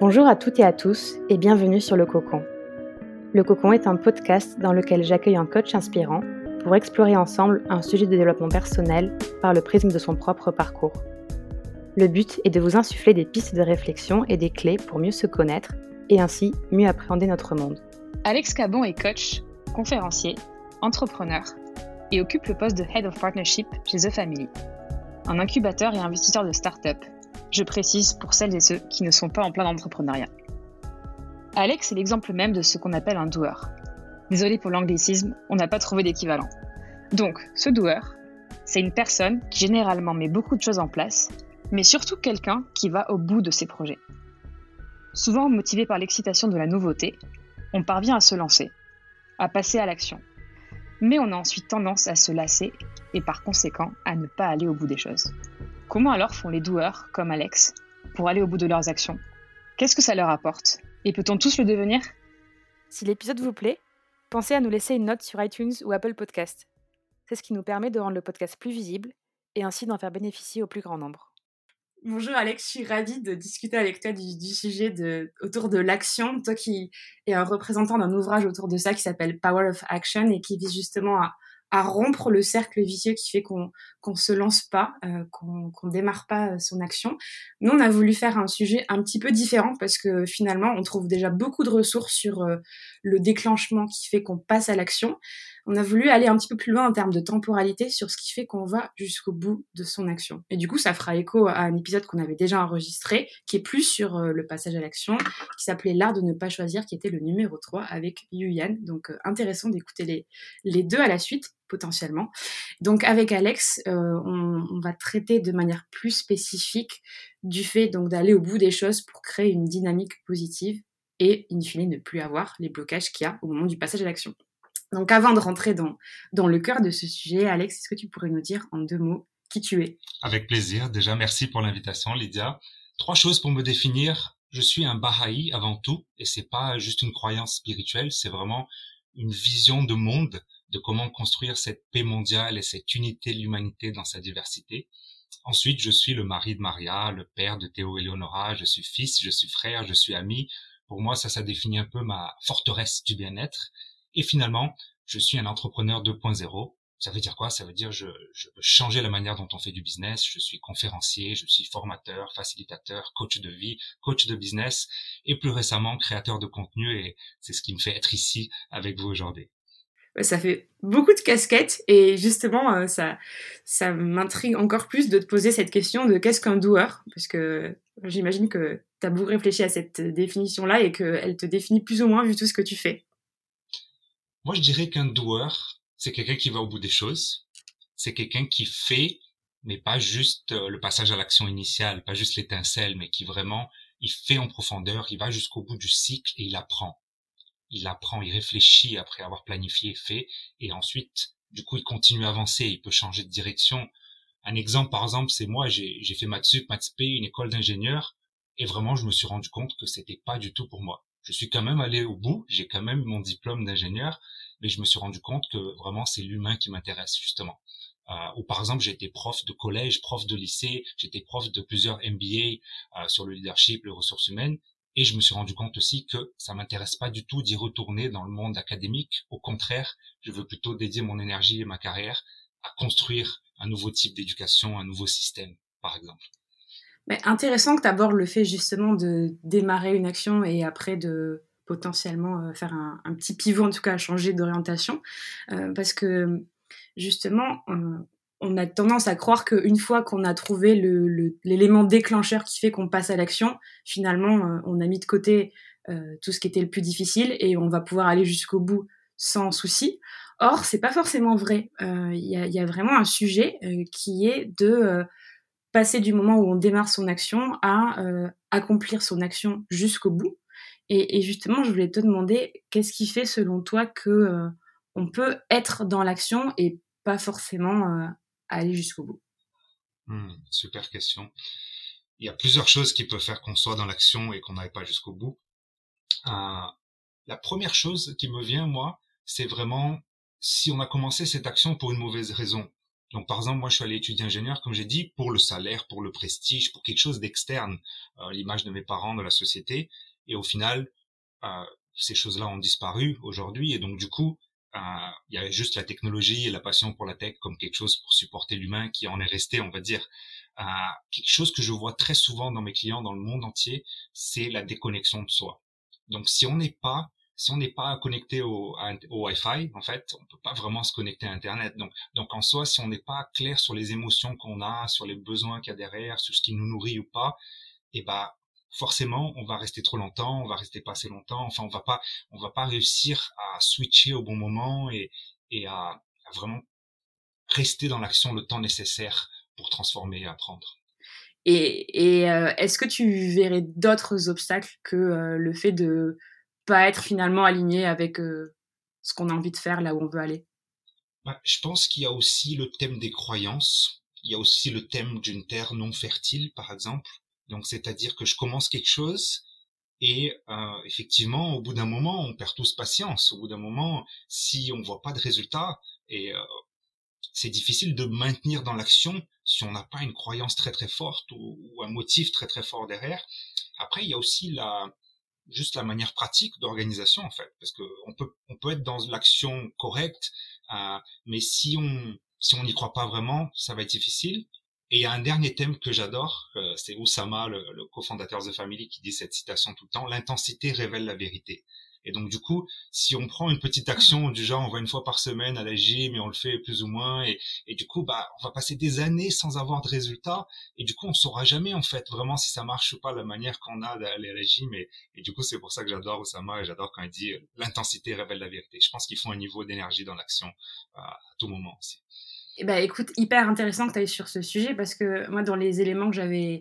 Bonjour à toutes et à tous et bienvenue sur Le Cocon. Le Cocon est un podcast dans lequel j'accueille un coach inspirant pour explorer ensemble un sujet de développement personnel par le prisme de son propre parcours. Le but est de vous insuffler des pistes de réflexion et des clés pour mieux se connaître et ainsi mieux appréhender notre monde. Alex Cabon est coach, conférencier, entrepreneur et occupe le poste de Head of Partnership chez The Family, un incubateur et investisseur de start-up. Je précise pour celles et ceux qui ne sont pas en plein entrepreneuriat. Alex est l'exemple même de ce qu'on appelle un doer. Désolé pour l'anglicisme, on n'a pas trouvé d'équivalent. Donc, ce doer, c'est une personne qui généralement met beaucoup de choses en place, mais surtout quelqu'un qui va au bout de ses projets. Souvent motivé par l'excitation de la nouveauté, on parvient à se lancer, à passer à l'action. Mais on a ensuite tendance à se lasser et par conséquent à ne pas aller au bout des choses. Comment alors font les doers, comme Alex, pour aller au bout de leurs actions ? Qu'est-ce que ça leur apporte ? Et peut-on tous le devenir ? Si l'épisode vous plaît, pensez à nous laisser une note sur iTunes ou Apple Podcast. C'est ce qui nous permet de rendre le podcast plus visible et ainsi d'en faire bénéficier au plus grand nombre. Bonjour Alex, je suis ravie de discuter avec toi du sujet autour de l'action. Toi qui es un représentant d'un ouvrage autour de ça qui s'appelle Power of Action et qui vise justement à rompre le cercle vicieux qui fait qu'on se lance pas, qu'on démarre pas son action. Nous, on a voulu faire un sujet un petit peu différent parce que finalement, on trouve déjà beaucoup de ressources sur le déclenchement qui fait qu'on passe à l'action. On a voulu aller un petit peu plus loin en termes de temporalité sur ce qui fait qu'on va jusqu'au bout de son action. Et du coup, ça fera écho à un épisode qu'on avait déjà enregistré, qui est plus sur le passage à l'action, qui s'appelait L'art de ne pas choisir, qui était le numéro 3 avec Yuyan. Donc, intéressant d'écouter les deux à la suite, potentiellement. Donc, avec Alex, on va traiter de manière plus spécifique du fait donc d'aller au bout des choses pour créer une dynamique positive et, in fine, ne plus avoir les blocages qu'il y a au moment du passage à l'action. Donc, avant de rentrer dans le cœur de ce sujet, Alex, est-ce que tu pourrais nous dire en 2 mots qui tu es ? Avec plaisir. Déjà, merci pour l'invitation, Lydia. 3 choses pour me définir. Je suis un Baha'i avant tout, et c'est pas juste une croyance spirituelle, c'est vraiment une vision de monde, de comment construire cette paix mondiale et cette unité de l'humanité dans sa diversité. Ensuite, je suis le mari de Maria, le père de Théo et Léonora, je suis fils, je suis frère, je suis ami. Pour moi, ça définit un peu ma forteresse du bien-être. Et finalement, je suis un entrepreneur 2.0. Ça veut dire quoi ? Ça veut dire je veux changer la manière dont on fait du business. Je suis conférencier, je suis formateur, facilitateur, coach de vie, coach de business et plus récemment créateur de contenu, et c'est ce qui me fait être ici avec vous aujourd'hui. Ça fait beaucoup de casquettes et justement, ça m'intrigue encore plus de te poser cette question de qu'est-ce qu'un doer ? Parce que j'imagine que tu as beaucoup réfléchi à cette définition-là et qu'elle te définit plus ou moins vu tout ce que tu fais. Moi, je dirais qu'un doer, c'est quelqu'un qui va au bout des choses. C'est quelqu'un qui fait, mais pas juste le passage à l'action initiale, pas juste l'étincelle, mais qui vraiment, il fait en profondeur, il va jusqu'au bout du cycle et il apprend. Il apprend, il réfléchit après avoir planifié et fait, et ensuite, du coup, il continue à avancer, il peut changer de direction. Un exemple, par exemple, c'est moi, j'ai fait Maths Sup, Maths P, une école d'ingénieur, et vraiment, je me suis rendu compte que c'était pas du tout pour moi. Je suis quand même allé au bout, j'ai quand même mon diplôme d'ingénieur, mais je me suis rendu compte que vraiment, c'est l'humain qui m'intéresse, justement. Ou par exemple, j'ai été prof de collège, prof de lycée, j'étais prof de plusieurs MBA sur le leadership, les ressources humaines, et je me suis rendu compte aussi que ça m'intéresse pas du tout d'y retourner dans le monde académique. Au contraire, je veux plutôt dédier mon énergie et ma carrière à construire un nouveau type d'éducation, un nouveau système, par exemple. Mais intéressant que tu abordes le fait justement de démarrer une action et après de potentiellement faire un petit pivot, en tout cas à changer d'orientation. Parce que justement, on a tendance à croire qu'une fois qu'on a trouvé l'élément déclencheur qui fait qu'on passe à l'action, finalement, on a mis de côté tout ce qui était le plus difficile et on va pouvoir aller jusqu'au bout sans souci. Or, c'est pas forcément vrai. Y a vraiment un sujet qui est de passer du moment où on démarre son action à accomplir son action jusqu'au bout. Et justement, je voulais te demander, qu'est-ce qui fait selon toi que on peut être dans l'action et pas forcément aller jusqu'au bout ? Super question. Il y a plusieurs choses qui peuvent faire qu'on soit dans l'action et qu'on n'aille pas jusqu'au bout. La première chose qui me vient, moi, c'est vraiment si on a commencé cette action pour une mauvaise raison. Donc, par exemple, moi, je suis allé étudier ingénieur, comme j'ai dit, pour le salaire, pour le prestige, pour quelque chose d'externe, l'image de mes parents, de la société. Et au final, ces choses-là ont disparu aujourd'hui. Et donc, du coup, il y a juste la technologie et la passion pour la tech comme quelque chose pour supporter l'humain qui en est resté, on va dire. Quelque chose que je vois très souvent dans mes clients dans le monde entier, c'est la déconnexion de soi. Donc, si on n'est pas connecté au Wi-Fi, en fait, on peut pas vraiment se connecter à Internet. Donc en soi, si on n'est pas clair sur les émotions qu'on a, sur les besoins qu'il y a derrière, sur ce qui nous nourrit ou pas, et bah forcément, on va rester trop longtemps, on va rester pas assez longtemps. Enfin, on va pas réussir à switcher au bon moment et à vraiment rester dans l'action le temps nécessaire pour transformer et apprendre. Et est-ce que tu verrais d'autres obstacles que le fait de pas être finalement aligné avec ce qu'on a envie de faire là où on veut aller? Je pense qu'il y a aussi le thème des croyances. Il y a aussi le thème d'une terre non fertile, par exemple. Donc, c'est-à-dire que je commence quelque chose et effectivement, au bout d'un moment, on perd tous patience. Au bout d'un moment, si on voit pas de résultat, et c'est difficile de maintenir dans l'action si on n'a pas une croyance très très forte ou un motif très très fort derrière. Après, il y a aussi juste la manière pratique d'organisation en fait, parce que on peut être dans l'action correcte, mais si on n'y croit pas vraiment, ça va être difficile. Et il y a un dernier thème que j'adore, c'est Oussama, le cofondateur de The Family, qui dit cette citation tout le temps: l'intensité révèle la vérité. Et donc du coup, si on prend une petite action du genre on va une fois par semaine à la gym et on le fait plus ou moins, et du coup on va passer des années sans avoir de résultats, et du coup on saura jamais en fait vraiment si ça marche ou pas la manière qu'on a d'aller à la gym, et du coup c'est pour ça que j'adore Oussama et j'adore quand il dit l'intensité révèle la vérité. Je pense qu'il faut un niveau d'énergie dans l'action à tout moment aussi. Eh ben, écoute, hyper intéressant que tu ailles sur ce sujet parce que moi, dans les éléments que j'avais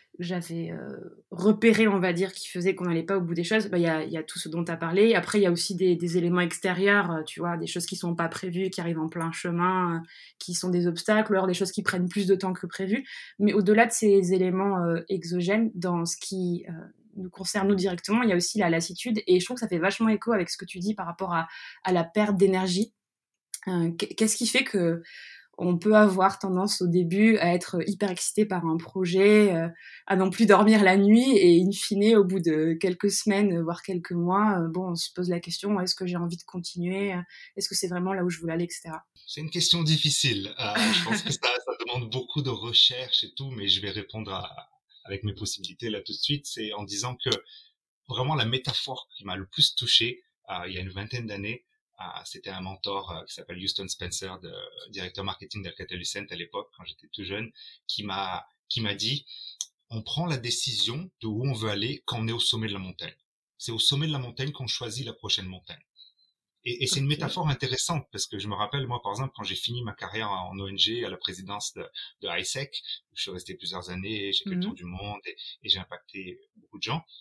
repérés, on va dire, qui faisaient qu'on n'allait pas au bout des choses, il y a tout ce dont tu as parlé. Après, il y a aussi des éléments extérieurs, tu vois, des choses qui sont pas prévues, qui arrivent en plein chemin, qui sont des obstacles, ou alors des choses qui prennent plus de temps que prévu. Mais au-delà de ces éléments exogènes, dans ce qui nous concerne nous directement, il y a aussi la lassitude. Et je trouve que ça fait vachement écho avec ce que tu dis par rapport à la perte d'énergie. Qu'est-ce qui fait que on peut avoir tendance au début à être hyper excité par un projet, à non plus dormir la nuit, et in fine, au bout de quelques semaines, voire quelques mois, on se pose la question: est-ce que j'ai envie de continuer? Est-ce que c'est vraiment là où je voulais aller, etc. C'est une question difficile. Je pense que ça demande beaucoup de recherche et tout, mais je vais répondre avec mes possibilités là tout de suite. C'est en disant que vraiment la métaphore qui m'a le plus touché il y a une vingtaine d'années, c'était un mentor qui s'appelle Houston Spencer, directeur marketing d'Alcatel-Lucent à l'époque, quand j'étais tout jeune, qui m'a dit: on prend la décision de où on veut aller quand on est au sommet de la montagne. C'est au sommet de la montagne qu'on choisit la prochaine montagne. Et c'est une métaphore intéressante parce que je me rappelle, moi, par exemple, quand j'ai fini ma carrière en ONG à la présidence de ISEC, où je suis resté plusieurs années, j'ai fait le tour du monde et j'ai impacté beaucoup de gens,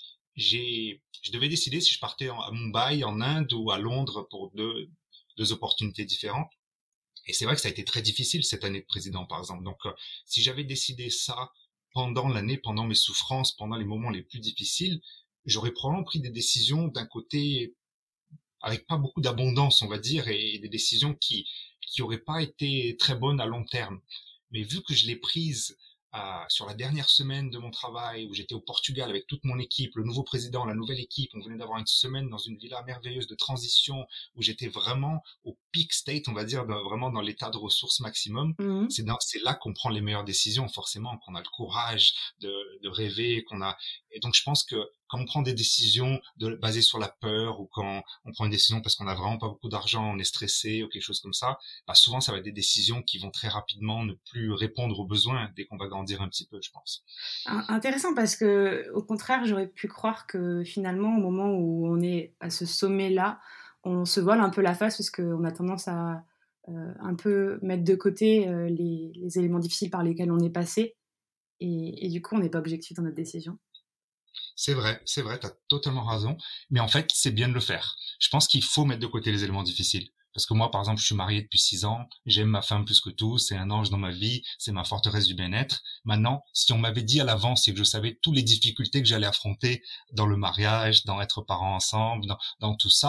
je devais décider si je partais à Mumbai, en Inde, ou à Londres pour deux opportunités différentes. Et c'est vrai que ça a été très difficile cette année de président, par exemple. Donc, si j'avais décidé ça pendant l'année, pendant mes souffrances, pendant les moments les plus difficiles, j'aurais probablement pris des décisions d'un côté avec pas beaucoup d'abondance, on va dire, et des décisions qui auraient pas été très bonnes à long terme. Mais vu que je l'ai prise sur la dernière semaine de mon travail, où j'étais au Portugal avec toute mon équipe, le nouveau président, la nouvelle équipe, on venait d'avoir une semaine dans une villa merveilleuse de transition, où j'étais vraiment au peak state, on va dire, vraiment dans l'état de ressources maximum. C'est là qu'on prend les meilleures décisions, forcément, qu'on a le courage de rêver, et donc je pense que quand on prend des décisions basées sur la peur, ou quand on prend une décision parce qu'on a vraiment pas beaucoup d'argent, on est stressé ou quelque chose comme ça, souvent ça va être des décisions qui vont très rapidement ne plus répondre aux besoins dès qu'on va grandir un petit peu, je pense. Intéressant, parce que au contraire, j'aurais pu croire que finalement, au moment où on est à ce sommet-là, on se voile un peu la face parce qu'on a tendance à un peu mettre de côté les éléments difficiles par lesquels on est passé, et du coup, on n'est pas objectif dans notre décision. C'est vrai, t'as totalement raison. Mais en fait, c'est bien de le faire. Je pense qu'il faut mettre de côté les éléments difficiles. Parce que moi, par exemple, je suis marié depuis 6 ans, j'aime ma femme plus que tout, c'est un ange dans ma vie, c'est ma forteresse du bien-être. Maintenant, si on m'avait dit à l'avance et que je savais toutes les difficultés que j'allais affronter dans le mariage, dans être parents ensemble, dans tout ça,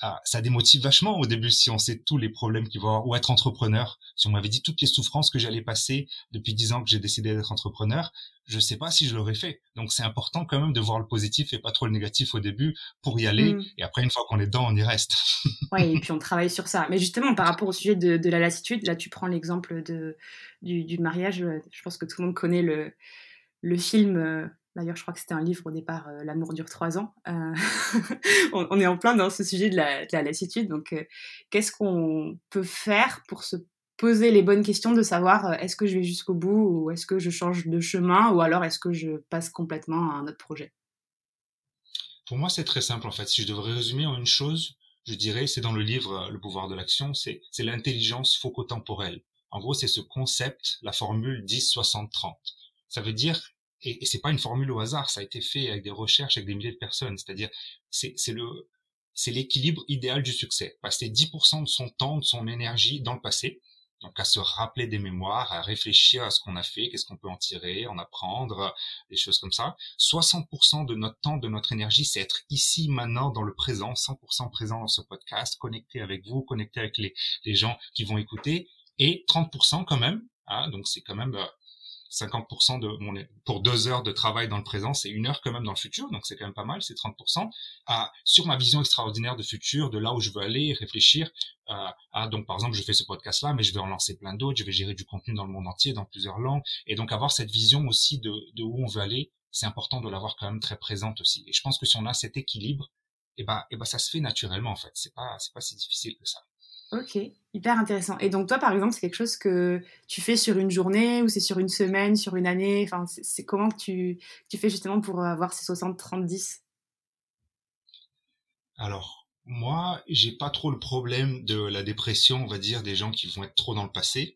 ça démotive vachement au début si on sait tous les problèmes qu'il va y avoir, ou être entrepreneur. Si on m'avait dit toutes les souffrances que j'allais passer depuis 10 ans que j'ai décidé d'être entrepreneur, je sais pas si je l'aurais fait. Donc c'est important quand même de voir le positif et pas trop le négatif au début pour y aller. Et après, une fois qu'on est dedans, on y reste. Ouais, et puis on travaille sur ça. Mais justement, par rapport au sujet de la lassitude, là tu prends l'exemple du mariage. Je pense que tout le monde connaît le film. D'ailleurs, je crois que c'était un livre au départ, L'amour dure 3 ans. On est en plein dans ce sujet de la lassitude. Donc, qu'est-ce qu'on peut faire pour se poser les bonnes questions de savoir est-ce que je vais jusqu'au bout ou est-ce que je change de chemin ou alors est-ce que je passe complètement à un autre projet? Pour moi, c'est très simple en fait. Si je devrais résumer en une chose, je dirais, c'est dans le livre Le pouvoir de l'action, c'est l'intelligence fauco-temporelle. En gros, c'est ce concept, la formule 10-60-30. Ça veut dire, et c'est pas une formule au hasard, ça a été fait avec des recherches avec des milliers de personnes. C'est-à-dire, c'est l'équilibre idéal du succès. Passer 10% de son temps, de son énergie dans le passé, donc à se rappeler des mémoires, à réfléchir à ce qu'on a fait, qu'est-ce qu'on peut en tirer, en apprendre, des choses comme ça. 60% de notre temps, de notre énergie, c'est être ici, maintenant, dans le présent, 100% présent dans ce podcast, connecté avec vous, connecté avec les gens qui vont écouter, et 30% quand même, donc c'est quand même 50% pour 2 heures de travail dans le présent, c'est 1 heure quand même dans le futur, donc c'est quand même pas mal, c'est 30%. Sur ma vision extraordinaire de futur, de là où je veux aller, réfléchir. Donc par exemple, je fais ce podcast-là, mais je vais en lancer plein d'autres, je vais gérer du contenu dans le monde entier, dans plusieurs langues, et donc avoir cette vision aussi de où on veut aller, c'est important de l'avoir quand même très présente aussi. Et je pense que si on a cet équilibre, et ben ça se fait naturellement en fait. C'est pas si difficile que ça. Ok, hyper intéressant. Et donc toi, par exemple, c'est quelque chose que tu fais sur une journée ou c'est sur une semaine, sur une année? Enfin, c'est comment que tu fais justement pour avoir ces 60-30-10? Alors, moi, j'ai pas trop le problème de la dépression, on va dire, des gens qui vont être trop dans le passé,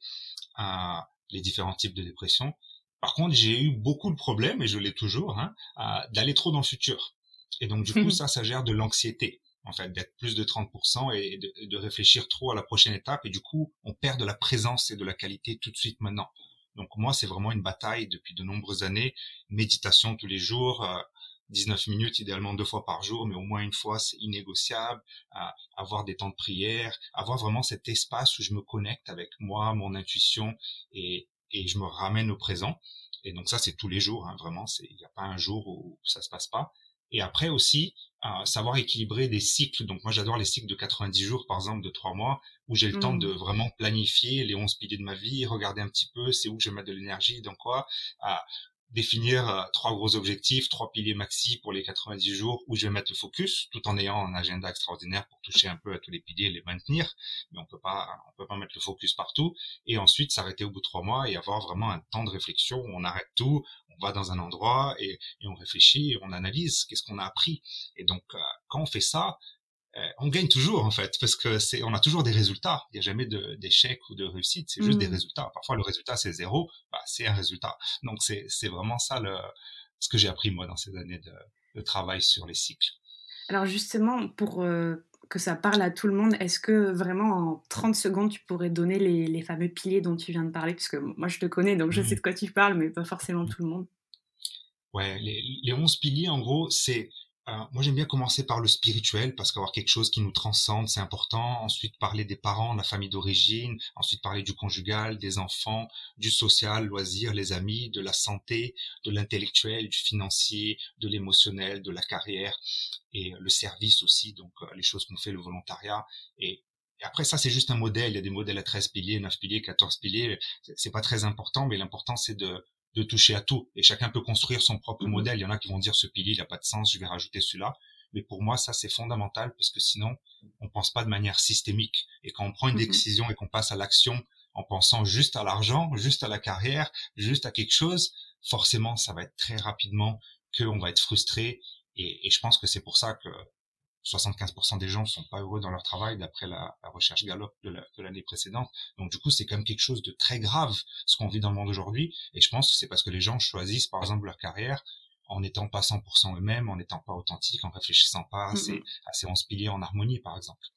les différents types de dépression. Par contre, j'ai eu beaucoup de problèmes, et je l'ai toujours, d'aller trop dans le futur. Et donc, du coup, ça gère de l'anxiété, en fait, d'être plus de 30% et de réfléchir trop à la prochaine étape. Et du coup, on perd de la présence et de la qualité tout de suite maintenant. Donc, moi, c'est vraiment une bataille depuis de nombreuses années. Méditation tous les jours, 19 minutes, idéalement 2 fois par jour, mais au moins une fois, c'est innégociable. Avoir des temps de prière, avoir vraiment cet espace où je me connecte avec moi, mon intuition, et je me ramène au présent. Et donc ça, c'est tous les jours, vraiment. Il n'y a pas un jour où ça se passe pas. Et après aussi, savoir équilibrer des cycles. Donc moi, j'adore les cycles de 90 jours, par exemple, de 3 mois, où j'ai le temps de vraiment planifier les 11 piliers de ma vie, regarder un petit peu, c'est où je vais mettre de l'énergie, dans quoi, définir 3 gros objectifs, 3 piliers maxi pour les 90 jours où je vais mettre le focus, tout en ayant un agenda extraordinaire pour toucher un peu à tous les piliers et les maintenir. Mais on peut pas mettre le focus partout. Et ensuite, s'arrêter au bout de 3 mois et avoir vraiment un temps de réflexion où on arrête tout, on va dans un endroit et on réfléchit et on analyse qu'est-ce qu'on a appris. Et donc, quand on fait ça, on gagne toujours en fait, parce que on a toujours des résultats. Il n'y a jamais d'échec ou de réussite, c'est juste des résultats. Parfois le résultat c'est 0, c'est un résultat. Donc c'est vraiment ça ce que j'ai appris moi dans ces années de travail sur les cycles. Alors justement, pour que ça parle à tout le monde, est-ce que vraiment en 30 secondes tu pourrais donner les fameux piliers dont tu viens de parler? Parce que moi je te connais, donc je sais de quoi tu parles, mais pas forcément tout le monde. Ouais, les 11 piliers en gros, c'est moi, j'aime bien commencer par le spirituel parce qu'avoir quelque chose qui nous transcende, c'est important. Ensuite, parler des parents, de la famille d'origine. Ensuite, parler du conjugal, des enfants, du social, loisirs, les amis, de la santé, de l'intellectuel, du financier, de l'émotionnel, de la carrière et le service aussi. Donc, les choses qu'on fait, le volontariat. Et après, ça, c'est juste un modèle. Il y a des modèles à 13 piliers, 9 piliers, 14 piliers. C'est pas très important, mais l'important, c'est de toucher à tout. Et chacun peut construire son propre modèle. Il y en a qui vont dire ce pilier, il n'a pas de sens, je vais rajouter celui-là. Mais pour moi, ça, c'est fondamental parce que sinon, on pense pas de manière systémique. Et quand on prend une décision et qu'on passe à l'action en pensant juste à l'argent, juste à la carrière, juste à quelque chose, forcément, ça va être très rapidement qu'on va être frustré. Et je pense que c'est pour ça que 75% des gens ne sont pas heureux dans leur travail d'après la recherche Gallup de l'année précédente. Donc du coup, c'est quand même quelque chose de très grave ce qu'on vit dans le monde aujourd'hui. Et je pense que c'est parce que les gens choisissent par exemple leur carrière en n'étant pas 100% eux-mêmes, en n'étant pas authentiques, en réfléchissant pas à ces 11 piliers en harmonie par exemple.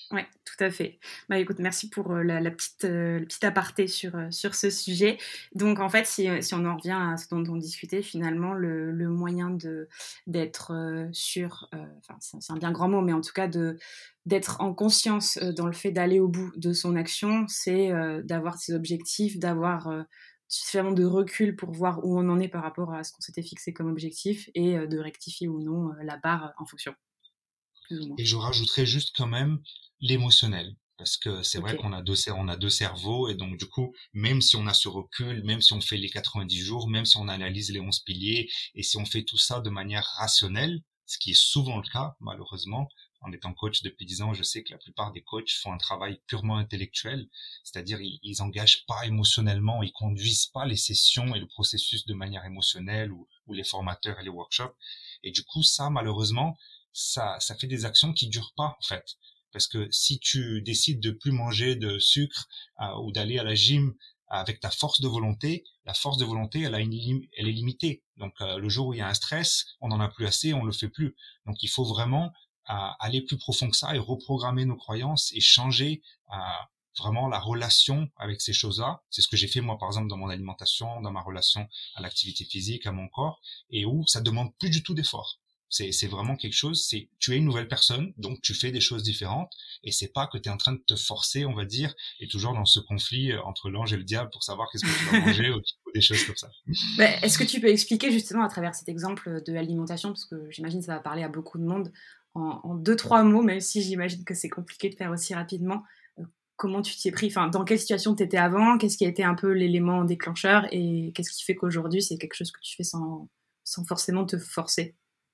Ouais, tout à fait. Bah, écoute, merci pour la petite, le petit aparté sur ce sujet. Donc en fait, si on en revient à ce dont on discutait, finalement, le moyen d'être sûr, enfin, c'est un bien grand mot, mais en tout cas d'être en conscience dans le fait d'aller au bout de son action, c'est d'avoir ses objectifs, d'avoir suffisamment de recul pour voir où on en est par rapport à ce qu'on s'était fixé comme objectif et de rectifier ou non la barre en fonction, plus ou moins. Et je rajouterais juste quand même l'émotionnel. Parce que c'est vrai Ok. qu'on a on a deux cerveaux et donc du coup, même si on a ce recul, même si on fait les 90 jours, même si on analyse les 11 piliers et si on fait tout ça de manière rationnelle, ce qui est souvent le cas, malheureusement, en étant coach depuis 10 ans, je sais que la plupart des coachs font un travail purement intellectuel, c'est-à-dire ils engagent pas émotionnellement, ils conduisent pas les sessions et le processus de manière émotionnelle ou les formateurs et les workshops. Et du coup, ça, malheureusement, ça fait des actions qui durent pas, en fait. Parce que si tu décides de plus manger de sucre ou d'aller à la gym avec ta force de volonté, la force de volonté, elle est limitée. Donc le jour où il y a un stress, on n'en a plus assez, on le fait plus. Donc il faut vraiment aller plus profond que ça et reprogrammer nos croyances et changer vraiment la relation avec ces choses-là. C'est ce que j'ai fait moi par exemple dans mon alimentation, dans ma relation à l'activité physique, à mon corps, et où ça demande plus du tout d'effort. C'est vraiment quelque chose, c'est tu es une nouvelle personne, donc tu fais des choses différentes, et c'est pas que tu es en train de te forcer, on va dire, et toujours dans ce conflit entre l'ange et le diable pour savoir qu'est-ce que tu vas manger ou des choses comme ça. Bah, est-ce que tu peux expliquer justement à travers cet exemple de l'alimentation, parce que j'imagine que ça va parler à beaucoup de monde, en deux, trois mots, même si j'imagine que c'est compliqué de faire aussi rapidement, comment tu t'y es pris, enfin, dans quelle situation tu étais avant, qu'est-ce qui a été un peu l'élément déclencheur et qu'est-ce qui fait qu'aujourd'hui c'est quelque chose que tu fais sans forcément te forcer?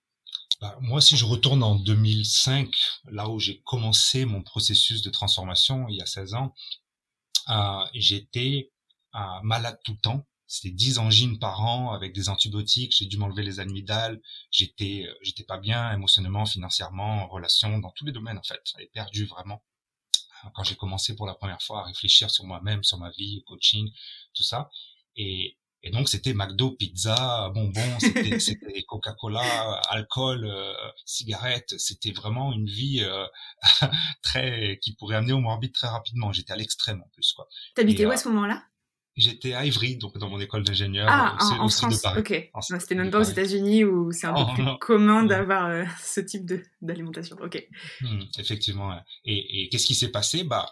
Bah, moi, si je retourne en 2005, là où j'ai commencé mon processus de transformation, il y a 16 ans, j'étais malade tout le temps. C'était 10 angines par an avec des antibiotiques. J'ai dû m'enlever les amygdales. J'étais pas bien émotionnellement, financièrement, en relation, dans tous les domaines en fait. J'avais perdu vraiment. Quand j'ai commencé pour la première fois à réfléchir sur moi-même, sur ma vie, coaching, tout ça. Et donc c'était McDo, pizza, bonbons, c'était Coca-Cola, alcool, cigarettes. C'était vraiment une vie très qui pourrait amener au morbide très rapidement. J'étais à l'extrême en plus quoi. T'habitais Et où à ce moment-là? j'étais à Ivry, donc dans mon école d'ingénieur Ah, au en sud de France, Paris. ok. En Non, c'était sud même de pas aux Paris. États-Unis où c'est un peu Non, plus non, commun non. d'avoir ce type d'alimentation. Ok. Effectivement. Ouais. Et qu'est-ce qui s'est passé? Bah,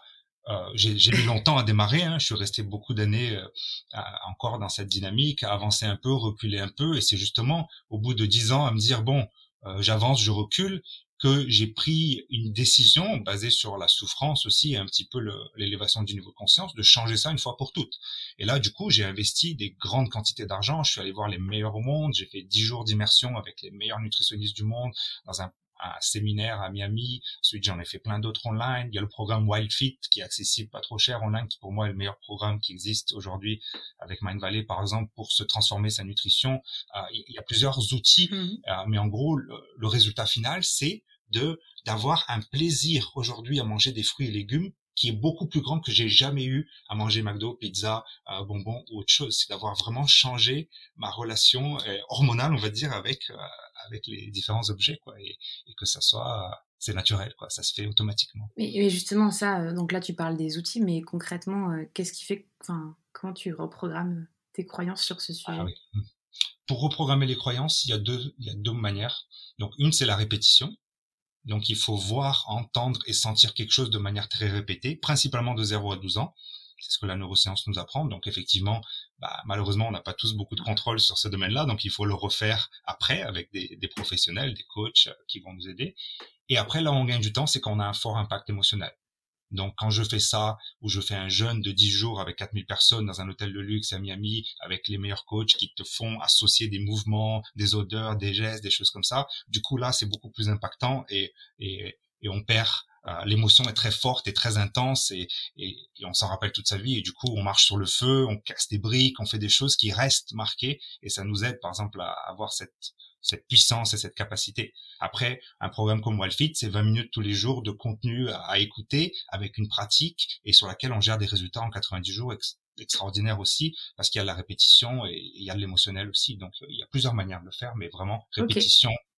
j'ai mis longtemps à démarrer. Hein. Je suis resté beaucoup d'années encore dans cette dynamique, à avancer un peu, reculer un peu. Et c'est justement au bout de 10 ans à me dire bon, j'avance, je recule, que j'ai pris une décision basée sur la souffrance aussi, et un petit peu l'élévation du niveau de conscience, de changer ça une fois pour toutes. Et là, du coup, j'ai investi des grandes quantités d'argent. Je suis allé voir les meilleurs au monde. J'ai fait 10 jours d'immersion avec les meilleurs nutritionnistes du monde dans un séminaire à Miami. Ensuite, j'en ai fait plein d'autres online. Il y a le programme Wild Fit qui est accessible, pas trop cher online, qui pour moi est le meilleur programme qui existe aujourd'hui avec Mind Valley, par exemple, pour se transformer sa nutrition. Il y a plusieurs outils, mais en gros, le résultat final, c'est d'avoir un plaisir aujourd'hui à manger des fruits et légumes qui est beaucoup plus grand que j'ai jamais eu à manger McDo, pizza, bonbons ou autre chose. C'est d'avoir vraiment changé ma relation hormonale, on va dire, avec les différents objets, quoi, et que ça soit, c'est naturel, quoi, ça se fait automatiquement. Mais justement, ça, donc là, tu parles des outils, mais concrètement, qu'est-ce qui fait, enfin, comment tu reprogrammes tes croyances sur ce Ah sujet? oui. Pour reprogrammer les croyances, il y a deux manières. Donc, une, c'est la répétition. Donc, il faut voir, entendre et sentir quelque chose de manière très répétée, principalement de 0 à 12 ans. C'est ce que la neuroscience nous apprend. Donc, effectivement, malheureusement, on n'a pas tous beaucoup de contrôle sur ce domaine-là. Donc, il faut le refaire après avec des professionnels, des coachs qui vont nous aider. Et après, là où on gagne du temps, c'est quand on a un fort impact émotionnel. Donc, quand je fais ça, ou je fais un jeûne de 10 jours avec 4000 personnes dans un hôtel de luxe à Miami, avec les meilleurs coachs qui te font associer des mouvements, des odeurs, des gestes, des choses comme ça, du coup, là, c'est beaucoup plus impactant et on perd, l'émotion est très forte et très intense et on s'en rappelle toute sa vie et du coup, on marche sur le feu, on casse des briques, on fait des choses qui restent marquées et ça nous aide, par exemple, à avoir cette puissance et cette capacité. Après, un programme comme WellFit, c'est 20 minutes tous les jours de contenu à écouter avec une pratique et sur laquelle on gère des résultats en 90 jours extraordinaires aussi parce qu'il y a la répétition et il y a de l'émotionnel aussi. Donc, il y a plusieurs manières de le faire, mais vraiment Ok. répétition,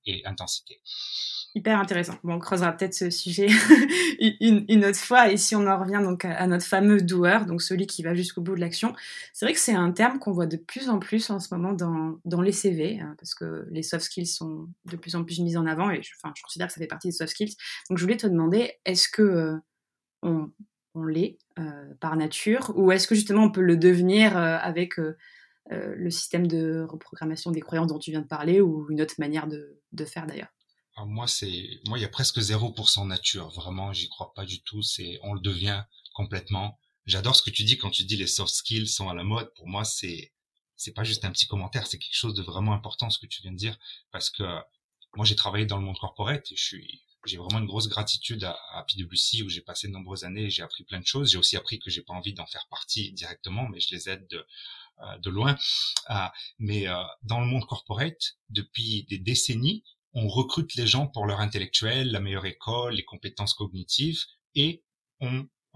et intensité. Hyper intéressant. Bon, on creusera peut-être ce sujet une autre fois. Et si on en revient donc à notre fameux doer, donc celui qui va jusqu'au bout de l'action, c'est vrai que c'est un terme qu'on voit de plus en plus en ce moment dans les CV, parce que les soft skills sont de plus en plus mis en avant et je considère que ça fait partie des soft skills. Donc je voulais te demander, est-ce que on, on l'est par nature ou est-ce que justement on peut le devenir avec le système de reprogrammation des croyances dont tu viens de parler ou une autre manière de faire d'ailleurs? Alors moi, il y a presque 0% nature. Vraiment, j'y crois pas du tout. On le devient complètement. J'adore ce que tu dis quand tu dis les soft skills sont à la mode. Pour moi, c'est pas juste un petit commentaire. C'est quelque chose de vraiment important, ce que tu viens de dire. Parce que moi, j'ai travaillé dans le monde corporate et j'ai vraiment une grosse gratitude à PwC où j'ai passé de nombreuses années et j'ai appris plein de choses. J'ai aussi appris que j'ai pas envie d'en faire partie directement, mais je les aide de loin. Mais dans le monde corporate, depuis des décennies, on recrute les gens pour leur intellectuel, la meilleure école, les compétences cognitives, et on, euh,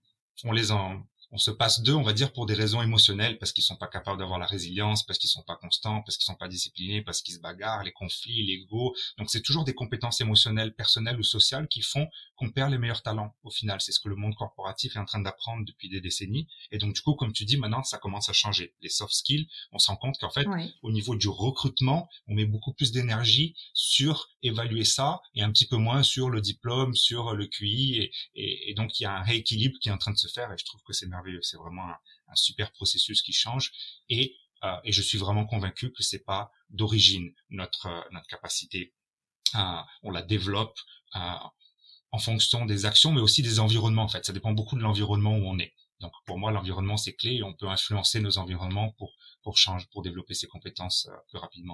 on se passe d'eux, on va dire, pour des raisons émotionnelles, parce qu'ils sont pas capables d'avoir la résilience, parce qu'ils sont pas constants, parce qu'ils sont pas disciplinés, parce qu'ils se bagarrent, les conflits, l'ego. Donc c'est toujours des compétences émotionnelles, personnelles ou sociales qui font qu'on perd les meilleurs talents. Au final, c'est ce que le monde corporatif est en train d'apprendre depuis des décennies. Et donc du coup, comme tu dis, maintenant ça commence à changer. Les soft skills, on se rend compte qu'en fait, au niveau du recrutement, on met beaucoup plus d'énergie sur évaluer ça et un petit peu moins sur le diplôme, sur le QI. Et donc il y a un rééquilibre qui est en train de se faire et je trouve que c'est merveilleux. C'est vraiment un super processus qui change et je suis vraiment convaincu que c'est pas d'origine notre capacité. On la développe en fonction des actions, mais aussi des environnements. En fait, ça dépend beaucoup de l'environnement où on est. Donc pour moi, l'environnement c'est clé et on peut influencer nos environnements pour changer, pour développer ses compétences plus rapidement.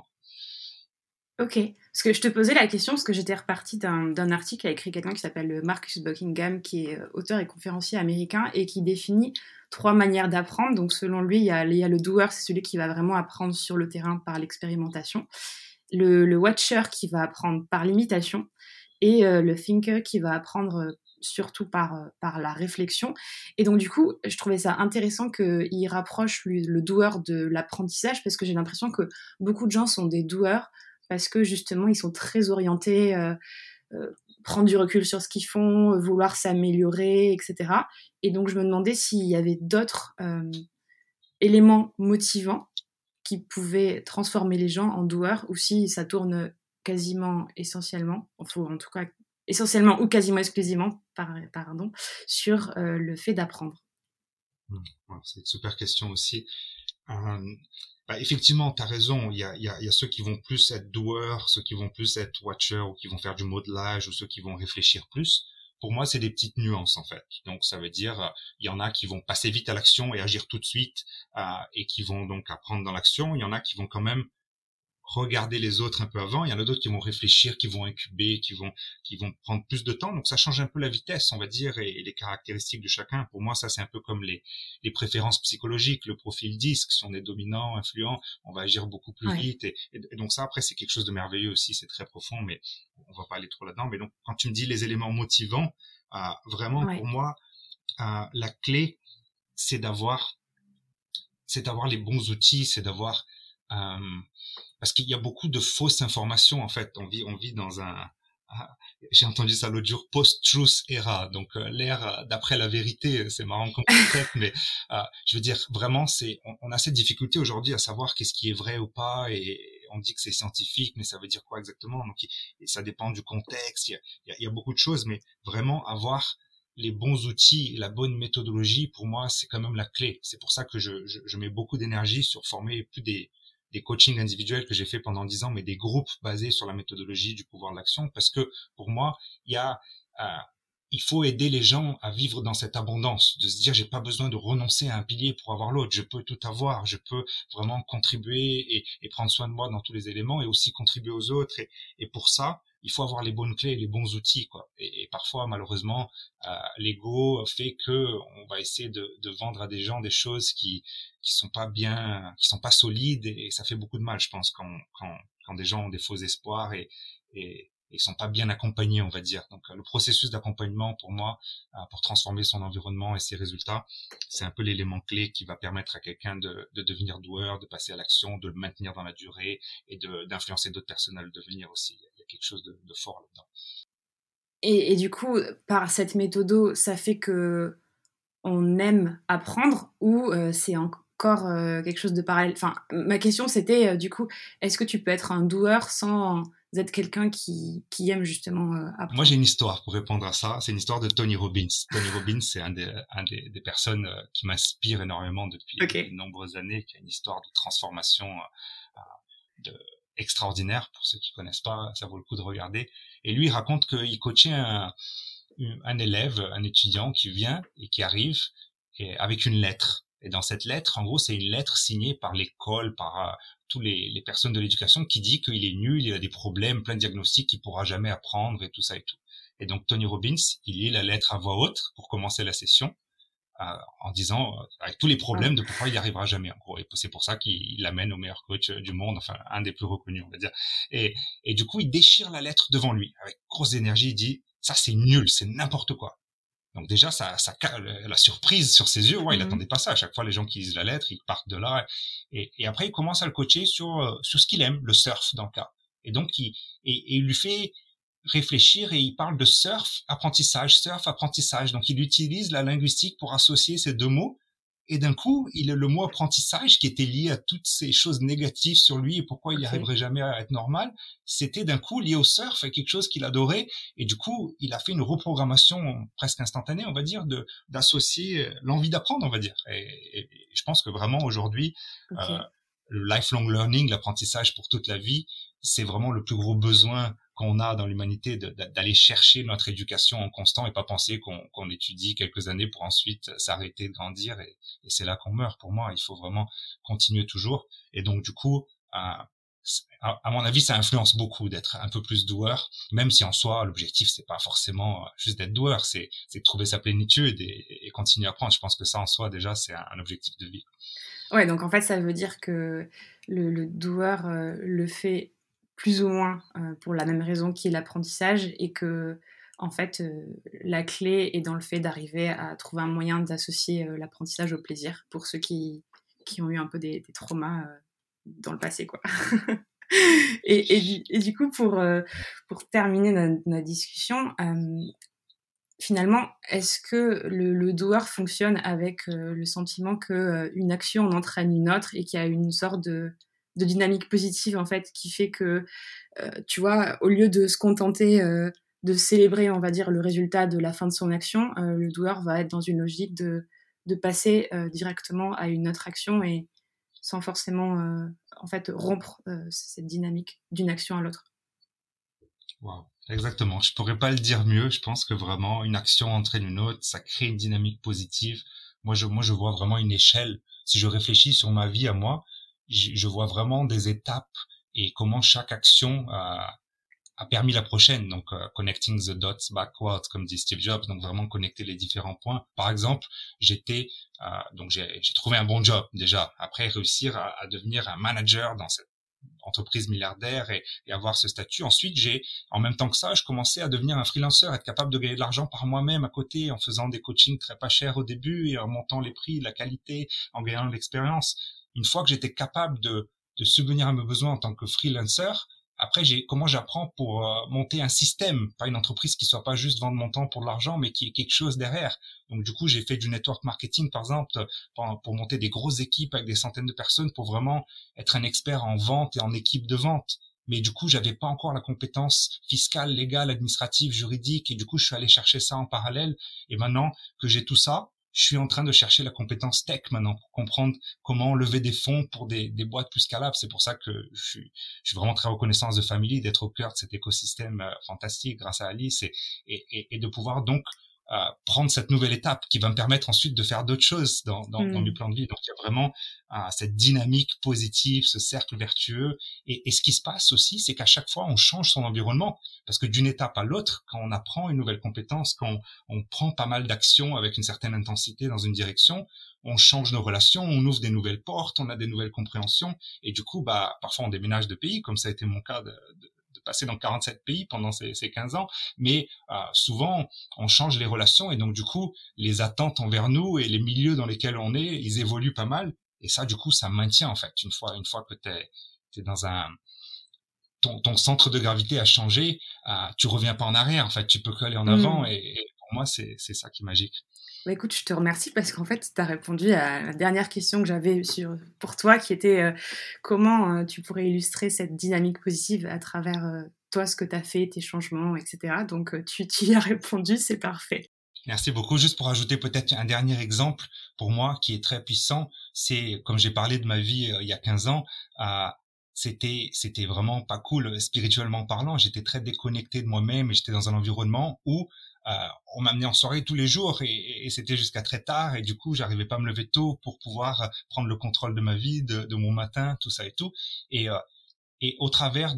Ok, parce que je te posais la question parce que j'étais repartie d'un article qu'a écrit quelqu'un qui s'appelle Marcus Buckingham, qui est auteur et conférencier américain et qui définit 3 manières d'apprendre. Donc selon lui, il y a le doer, c'est celui qui va vraiment apprendre sur le terrain par l'expérimentation, le watcher qui va apprendre par l'imitation et le thinker qui va apprendre surtout par la réflexion. Et donc du coup, je trouvais ça intéressant qu'il rapproche le doer de l'apprentissage parce que j'ai l'impression que beaucoup de gens sont des doers parce que justement, ils sont très orientés, prendre du recul sur ce qu'ils font, vouloir s'améliorer, etc. Et donc, je me demandais s'il y avait d'autres éléments motivants qui pouvaient transformer les gens en doueurs ou si ça tourne quasiment essentiellement, enfin, en tout cas essentiellement ou quasiment exclusivement, pardon, sur le fait d'apprendre. C'est une super question aussi. Effectivement, tu as raison. Il y a ceux qui vont plus être doueurs, ceux qui vont plus être watchers ou qui vont faire du modelage ou ceux qui vont réfléchir plus. Pour moi, c'est des petites nuances en fait. Donc, ça veut dire, il y en a qui vont passer vite à l'action et agir tout de suite et qui vont donc apprendre dans l'action. Il y en a qui vont quand même regarder les autres un peu avant. Il y en a d'autres qui vont réfléchir, qui vont incuber, qui vont prendre plus de temps. Donc ça change un peu la vitesse, on va dire, et les caractéristiques de chacun. Pour moi, ça c'est un peu comme les préférences psychologiques, le profil disque. Si on est dominant, influent, on va agir beaucoup plus vite. Et donc ça, après, c'est quelque chose de merveilleux aussi. C'est très profond, mais on va pas aller trop là-dedans. Mais donc, quand tu me dis les éléments motivants, vraiment pour moi, la clé, c'est d'avoir les bons outils, c'est d'avoir parce qu'il y a beaucoup de fausses informations en fait. On vit dans j'ai entendu ça l'autre jour, post-truth era, donc l'ère d'après la vérité. C'est marrant comme concept, mais je veux dire vraiment, on a cette difficulté aujourd'hui à savoir qu'est-ce qui est vrai ou pas, et on dit que c'est scientifique, mais ça veut dire quoi exactement? Donc et ça dépend du contexte. Il y a beaucoup de choses, mais vraiment avoir les bons outils, la bonne méthodologie, pour moi, c'est quand même la clé. C'est pour ça que je mets beaucoup d'énergie sur former plus des coachings individuels que j'ai fait pendant 10 ans, mais des groupes basés sur la méthodologie du pouvoir de l'action, parce que pour moi, il faut aider les gens à vivre dans cette abondance, de se dire j'ai pas besoin de renoncer à un pilier pour avoir l'autre, je peux tout avoir, je peux vraiment contribuer et prendre soin de moi dans tous les éléments et aussi contribuer aux autres, et pour ça, il faut avoir les bonnes clés, les bons outils, quoi. Et parfois, malheureusement, l'ego fait que on va essayer de vendre à des gens des choses qui sont pas bien, qui sont pas solides, et ça fait beaucoup de mal, je pense, quand des gens ont des faux espoirs et ils sont pas bien accompagnés, on va dire. Donc le processus d'accompagnement pour moi, pour transformer son environnement et ses résultats, c'est un peu l'élément clé qui va permettre à quelqu'un de devenir doueur, de passer à l'action, de le maintenir dans la durée et d'influencer d'autres personnes à le devenir aussi. Il y a quelque chose de fort là-dedans. Et du coup, par cette méthode, ça fait que on aime apprendre ou c'est encore quelque chose de parallèle. Enfin, ma question c'était du coup, est-ce que tu peux être un doueur sans être quelqu'un qui aime justement apprendre? Moi, j'ai une histoire pour répondre à ça. C'est une histoire de Tony Robbins. Tony Robbins, c'est un des personnes qui m'inspire énormément depuis de nombreuses années, qui a une histoire de transformation extraordinaire. Pour ceux qui connaissent pas, ça vaut le coup de regarder. Et lui, il raconte qu'il coachait un élève, un étudiant qui vient et qui arrive avec une lettre. Et dans cette lettre, en gros, c'est une lettre signée par l'école, par tous les personnes de l'éducation qui dit qu'il est nul, il a des problèmes, plein de diagnostics qu'il pourra jamais apprendre et tout ça et tout. Et donc Tony Robbins, il lit la lettre à voix haute pour commencer la session en disant avec tous les problèmes de pourquoi il n'y arrivera jamais en gros. Et c'est pour ça qu'il l'amène au meilleur coach du monde, enfin un des plus reconnus on va dire. Et du coup il déchire la lettre devant lui avec grosse énergie, il dit ça c'est nul, c'est n'importe quoi. Donc déjà, la surprise sur ses yeux, il attendait pas ça. À chaque fois, les gens qui lisent la lettre, ils partent de là. Et après, il commence à le coacher sur ce qu'il aime, le surf dans le cas. Et donc, il lui fait réfléchir et il parle de surf, apprentissage. Donc, il utilise la linguistique pour associer ces deux mots. Et d'un coup, le mot apprentissage, qui était lié à toutes ces choses négatives sur lui et pourquoi il n'y arriverait jamais à être normal, c'était d'un coup lié au surf, à quelque chose qu'il adorait. Et du coup, il a fait une reprogrammation presque instantanée, on va dire, d'associer l'envie d'apprendre, on va dire. Et je pense que vraiment aujourd'hui, le lifelong learning, l'apprentissage pour toute la vie, c'est vraiment le plus gros besoin qu'on a dans l'humanité d'aller chercher notre éducation en constant et pas penser qu'on étudie quelques années pour ensuite s'arrêter de grandir et c'est là qu'on meurt. Pour moi, il faut vraiment continuer toujours. Et donc, du coup, à mon avis, ça influence beaucoup d'être un peu plus doueur, même si en soi, l'objectif, c'est pas forcément juste d'être doueur, c'est de trouver sa plénitude et continuer à apprendre. Je pense que ça, en soi, déjà, c'est un objectif de vie. Ouais, donc en fait, ça veut dire que le doueur le fait plus ou moins pour la même raison qui est l'apprentissage et que en fait la clé est dans le fait d'arriver à trouver un moyen d'associer l'apprentissage au plaisir pour ceux qui ont eu un peu des traumas dans le passé quoi. et du coup pour terminer notre discussion finalement, est-ce que le doueur fonctionne avec le sentiment que une action en entraîne une autre et qu'il y a une sorte de dynamique positive en fait qui fait que tu vois, au lieu de se contenter de célébrer, on va dire, le résultat de la fin de son action, le doueur va être dans une logique de passer directement à une autre action et sans forcément en fait rompre cette dynamique d'une action à l'autre. Wow. Exactement. Je pourrais pas le dire mieux. Je pense que vraiment une action entraîne une autre, ça crée une dynamique positive. Moi, je vois vraiment une échelle. Si je réfléchis sur ma vie à moi, je vois vraiment des étapes et comment chaque action a permis la prochaine. Donc, connecting the dots backwards, comme dit Steve Jobs. Donc, vraiment connecter les différents points. Par exemple, donc j'ai trouvé un bon job déjà. Après, réussir à devenir un manager dans cette entreprise milliardaire et avoir ce statut. Ensuite, en même temps que ça, je commençais à devenir un freelancer, être capable de gagner de l'argent par moi-même à côté, en faisant des coachings très pas chers au début et en montant les prix, la qualité, en gagnant de l'expérience. Une fois que j'étais capable de subvenir à mes besoins en tant que freelancer, après, comment j'apprends pour monter un système, pas une entreprise qui soit pas juste vendre mon temps pour de l'argent, mais qui ait quelque chose derrière. Donc, du coup, j'ai fait du network marketing, par exemple, pour monter des grosses équipes avec des centaines de personnes pour vraiment être un expert en vente et en équipe de vente. Mais du coup, j'avais pas encore la compétence fiscale, légale, administrative, juridique. Et du coup, je suis allé chercher ça en parallèle. Et maintenant que j'ai tout ça, je suis en train de chercher la compétence tech maintenant pour comprendre comment lever des fonds pour des boîtes plus scalables. C'est pour ça que je suis vraiment très reconnaissant de Family d'être au cœur de cet écosystème fantastique grâce à Alice et de pouvoir donc prendre cette nouvelle étape qui va me permettre ensuite de faire d'autres choses dans mes plans de vie. Donc il y a vraiment cette dynamique positive, ce cercle vertueux. Et ce qui se passe aussi, c'est qu'à chaque fois, on change son environnement. Parce que d'une étape à l'autre, quand on apprend une nouvelle compétence, quand on prend pas mal d'actions avec une certaine intensité dans une direction, on change nos relations, on ouvre des nouvelles portes, on a des nouvelles compréhensions. Et du coup, parfois on déménage de pays, comme ça a été mon cas passer dans 47 pays pendant ces 15 ans, mais souvent on change les relations et donc du coup les attentes envers nous et les milieux dans lesquels on est, ils évoluent pas mal et ça du coup ça maintient en fait une fois que t'es dans ton centre de gravité a changé, tu reviens pas en arrière en fait, tu peux qu'aller en avant et pour moi c'est ça qui est magique. Bah écoute, je te remercie parce qu'en fait, tu as répondu à la dernière question que j'avais pour toi, qui était comment tu pourrais illustrer cette dynamique positive à travers toi, ce que tu as fait, tes changements, etc. Donc, tu y as répondu, c'est parfait. Merci beaucoup. Juste pour ajouter peut-être un dernier exemple pour moi qui est très puissant, c'est comme j'ai parlé de ma vie il y a 15 ans, c'était vraiment pas cool spirituellement parlant. J'étais très déconnecté de moi-même et j'étais dans un environnement où on m'amenait en soirée tous les jours et c'était jusqu'à très tard et du coup j'arrivais pas à me lever tôt pour pouvoir prendre le contrôle de ma vie, de mon matin, tout ça et tout et au travers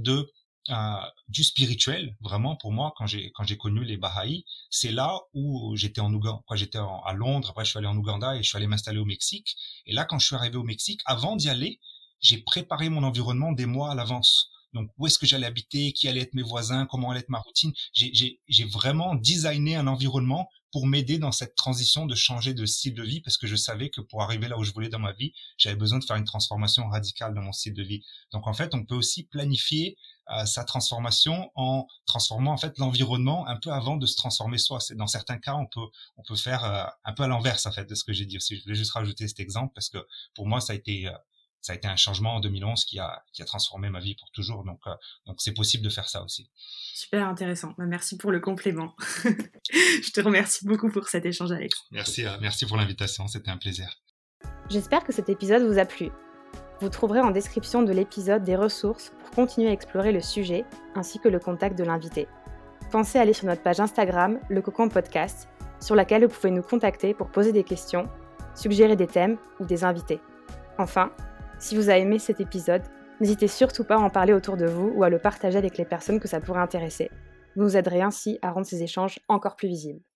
du spirituel, vraiment pour moi quand j'ai connu les Baha'i, c'est là où j'étais en Ouganda, j'étais à Londres, après je suis allé en Ouganda et je suis allé m'installer au Mexique et là quand je suis arrivé au Mexique, avant d'y aller, j'ai préparé mon environnement des mois à l'avance. Donc, où est-ce que j'allais habiter, qui allaient être mes voisins, comment allait être ma routine. J'ai vraiment designé un environnement pour m'aider dans cette transition de changer de style de vie parce que je savais que pour arriver là où je voulais dans ma vie, j'avais besoin de faire une transformation radicale dans mon style de vie. Donc, en fait, on peut aussi planifier sa transformation en transformant en fait l'environnement un peu avant de se transformer soi. C'est dans certains cas, on peut faire un peu à l'inverse en fait de ce que j'ai dit aussi. Je voulais juste rajouter cet exemple parce que pour moi, ça a été un changement en 2011 qui a transformé ma vie pour toujours. Donc c'est possible de faire ça aussi. Super intéressant. Merci pour le complément. Je te remercie beaucoup pour cet échange, Alex. Merci pour l'invitation. C'était un plaisir. J'espère que cet épisode vous a plu. Vous trouverez en description de l'épisode des ressources pour continuer à explorer le sujet ainsi que le contact de l'invité. Pensez à aller sur notre page Instagram, Le Cocon Podcast, sur laquelle vous pouvez nous contacter pour poser des questions, suggérer des thèmes ou des invités. Enfin, si vous avez aimé cet épisode, n'hésitez surtout pas à en parler autour de vous ou à le partager avec les personnes que ça pourrait intéresser. Vous nous aiderez ainsi à rendre ces échanges encore plus visibles.